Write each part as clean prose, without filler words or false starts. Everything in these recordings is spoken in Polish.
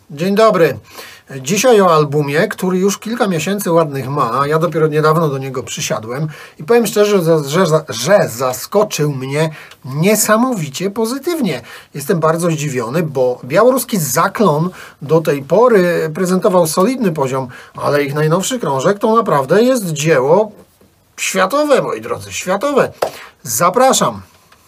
Dzień dobry. Dzisiaj o albumie, który już kilka miesięcy ładnych ma, a ja dopiero niedawno do niego przysiadłem i powiem szczerze, że zaskoczył mnie niesamowicie pozytywnie. Jestem bardzo zdziwiony, bo białoruski Zaklon do tej pory prezentował solidny poziom, ale ich najnowszy krążek to naprawdę jest dzieło światowe, moi drodzy, światowe. Zapraszam.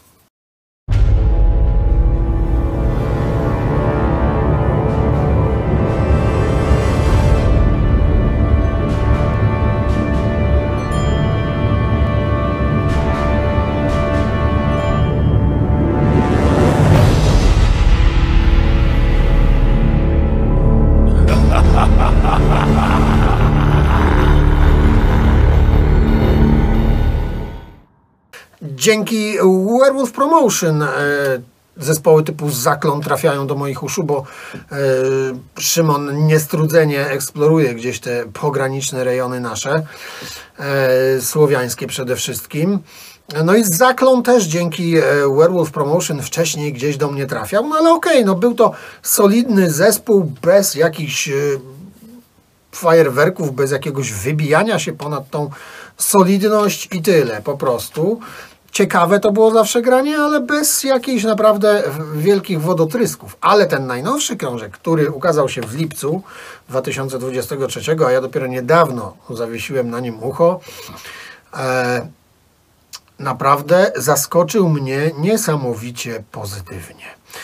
Dzięki Werewolf Promotion zespoły typu Zaklon trafiają do moich uszu, bo Szymon niestrudzenie eksploruje gdzieś te pograniczne rejony nasze, słowiańskie przede wszystkim. No i Zaklon też dzięki Werewolf Promotion wcześniej gdzieś do mnie trafiał, no ale okej, no był to solidny zespół bez jakichś fajerwerków, bez jakiegoś wybijania się ponad tą solidność i tyle po prostu. Ciekawe to było zawsze granie, ale bez jakichś naprawdę wielkich wodotrysków. Ale ten najnowszy krążek, który ukazał się w lipcu 2023, a ja dopiero niedawno zawiesiłem na nim ucho, naprawdę zaskoczył mnie niesamowicie pozytywnie.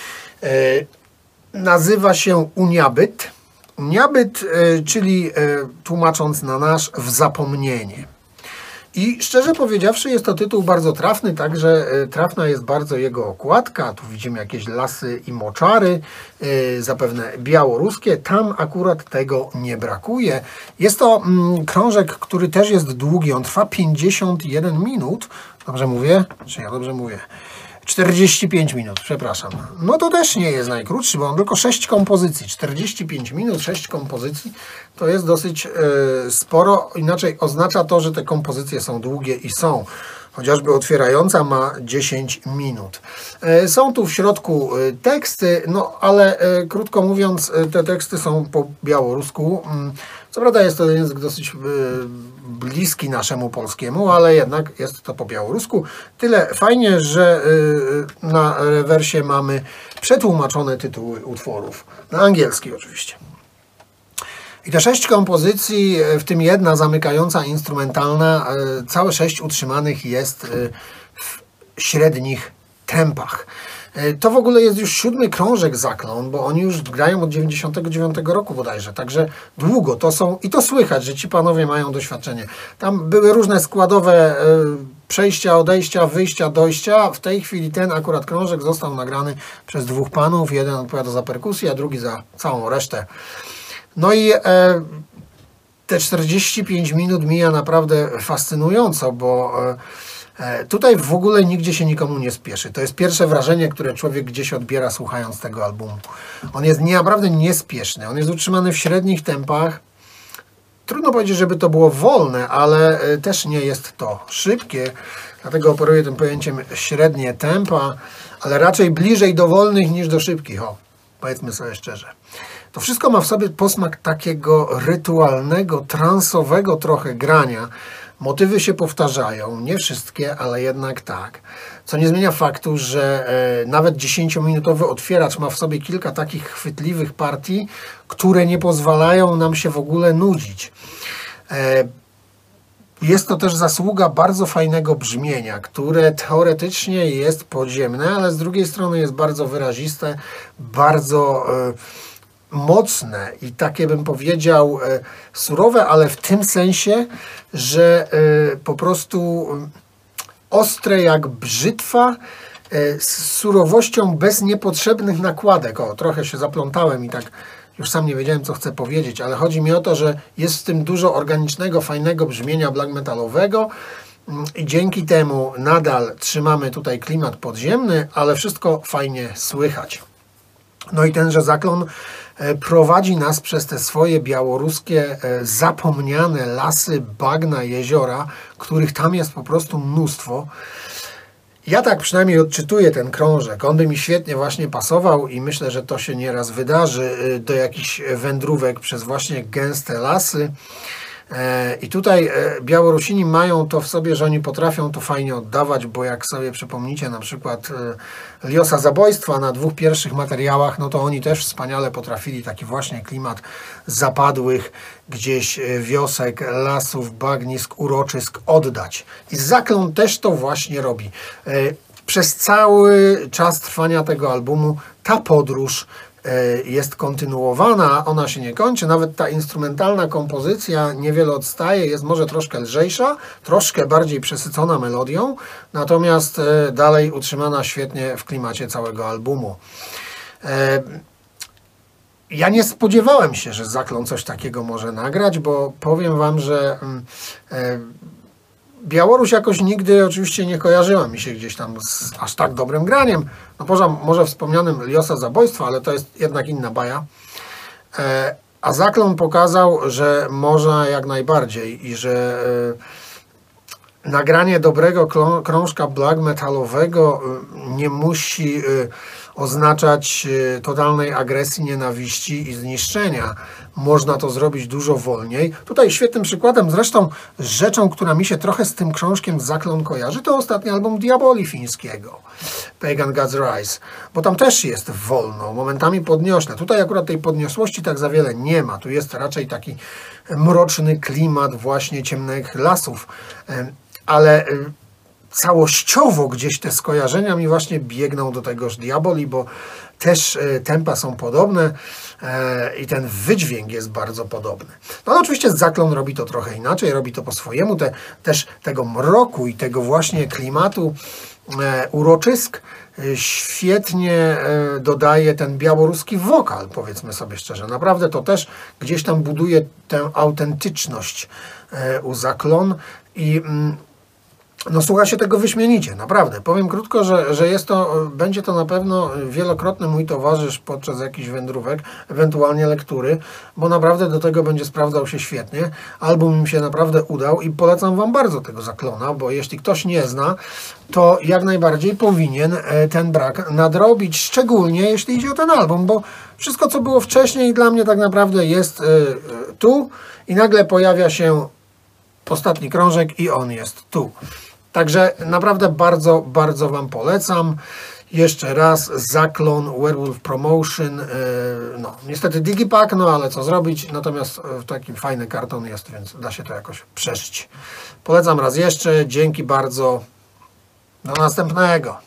Nazywa się Uniabyt. Uniabyt, czyli tłumacząc na nasz, w zapomnienie. I szczerze powiedziawszy, jest to tytuł bardzo trafny, także trafna jest bardzo jego okładka. Tu widzimy jakieś lasy i moczary, zapewne białoruskie. Tam akurat tego nie brakuje. Jest to krążek, który też jest długi. On trwa 51 minut. Dobrze mówię? Czy ja dobrze mówię? 45 minut, przepraszam. No to też nie jest najkrótszy, bo on tylko 6 kompozycji. 45 minut, 6 kompozycji to jest dosyć sporo. Inaczej oznacza to, że te kompozycje są długie i są. Chociażby otwierająca ma 10 minut. Są tu w środku teksty, no ale krótko mówiąc, te teksty są po białorusku. Co prawda jest to język dosyć bliski naszemu polskiemu, ale jednak jest to po białorusku. Tyle fajnie, że na rewersie mamy przetłumaczone tytuły utworów. Na angielski oczywiście. I te 6 kompozycji, w tym jedna zamykająca instrumentalna, całe 6 utrzymanych jest w średnich tempach. To w ogóle jest już 7. krążek Zaklon, bo oni już grają od 99 roku bodajże, także długo to są i to słychać, że ci panowie mają doświadczenie. Tam były różne składowe przejścia, odejścia, wyjścia, dojścia. W tej chwili ten akurat krążek został nagrany przez 2 panów. Jeden odpowiada za perkusję, a drugi za całą resztę. No i te 45 minut mija naprawdę fascynująco, bo tutaj w ogóle nigdzie się nikomu nie spieszy. To jest pierwsze wrażenie, które człowiek gdzieś odbiera słuchając tego albumu. On jest naprawdę niespieszny. On jest utrzymany w średnich tempach. Trudno powiedzieć, żeby to było wolne, ale też nie jest to szybkie. Dlatego operuję tym pojęciem średnie tempa, ale raczej bliżej do wolnych niż do szybkich. O, powiedzmy sobie szczerze. To wszystko ma w sobie posmak takiego rytualnego, transowego trochę grania. Motywy się powtarzają, nie wszystkie, ale jednak tak. Co nie zmienia faktu, że nawet 10-minutowy otwieracz ma w sobie kilka takich chwytliwych partii, które nie pozwalają nam się w ogóle nudzić. Jest to też zasługa bardzo fajnego brzmienia, które teoretycznie jest podziemne, ale z drugiej strony jest bardzo wyraziste, bardzo mocne i takie bym powiedział surowe, ale w tym sensie, że po prostu ostre jak brzytwa, z surowością bez niepotrzebnych nakładek. O, trochę się zaplątałem i tak już sam nie wiedziałem, co chcę powiedzieć, ale chodzi mi o to, że jest w tym dużo organicznego, fajnego brzmienia black metalowego i dzięki temu nadal trzymamy tutaj klimat podziemny, ale wszystko fajnie słychać. No i tenże Zaklon prowadzi nas przez te swoje białoruskie zapomniane lasy, bagna, jeziora, których tam jest po prostu mnóstwo. Ja tak przynajmniej odczytuję ten krążek. On by mi świetnie właśnie pasował i myślę, że to się nieraz wydarzy do jakichś wędrówek przez właśnie gęste lasy. I tutaj Białorusini mają to w sobie, że oni potrafią to fajnie oddawać, bo jak sobie przypomnicie na przykład Liosa Zabójstwa na 2 pierwszych materiałach, no to oni też wspaniale potrafili taki właśnie klimat zapadłych gdzieś wiosek, lasów, bagnisk, uroczysk oddać. I Zaklon też to właśnie robi. Przez cały czas trwania tego albumu ta podróż jest kontynuowana, ona się nie kończy, nawet ta instrumentalna kompozycja niewiele odstaje, jest może troszkę lżejsza, troszkę bardziej przesycona melodią, natomiast dalej utrzymana świetnie w klimacie całego albumu. Ja nie spodziewałem się, że Zaklon coś takiego może nagrać, bo powiem Wam, że Białoruś jakoś nigdy oczywiście nie kojarzyła mi się gdzieś tam z aż tak dobrym graniem. No poza może wspomnianym Liosa Zabójstwa, ale to jest jednak inna baja. A Zaklon pokazał, że można jak najbardziej i że nagranie dobrego krążka black metalowego nie musi oznaczać totalnej agresji, nienawiści i zniszczenia. Można to zrobić dużo wolniej. Tutaj świetnym przykładem, zresztą rzeczą, która mi się trochę z tym krążkiem Zaklon kojarzy, to ostatni album Diaboli fińskiego, Pagan God's Rise, bo tam też jest wolno, momentami podniośle. Tutaj akurat tej podniosłości tak za wiele nie ma. Tu jest raczej taki mroczny klimat właśnie ciemnych lasów, ale całościowo gdzieś te skojarzenia mi właśnie biegną do tegoż Diaboli, bo też tempa są podobne i ten wydźwięk jest bardzo podobny. No ale oczywiście Zaklon robi to trochę inaczej, robi to po swojemu, też tego mroku i tego właśnie klimatu uroczysk świetnie dodaje ten białoruski wokal, powiedzmy sobie szczerze. Naprawdę to też gdzieś tam buduje tę autentyczność u Zaklon i no słucha się tego wyśmienicie, naprawdę. Powiem krótko, że będzie to na pewno wielokrotny mój towarzysz podczas jakichś wędrówek, ewentualnie lektury, bo naprawdę do tego będzie sprawdzał się świetnie. Album mi się naprawdę udał i polecam Wam bardzo tego Zaklona, bo jeśli ktoś nie zna, to jak najbardziej powinien ten brak nadrobić, szczególnie jeśli idzie o ten album, bo wszystko co było wcześniej dla mnie tak naprawdę jest tu i nagle pojawia się ostatni krążek i on jest tu. Także naprawdę bardzo, bardzo Wam polecam. Jeszcze raz Zaklon, Werewolf Promotion. No, niestety Digipack, no ale co zrobić. Natomiast taki fajny karton jest, więc da się to jakoś przeżyć. Polecam raz jeszcze. Dzięki bardzo. Do następnego.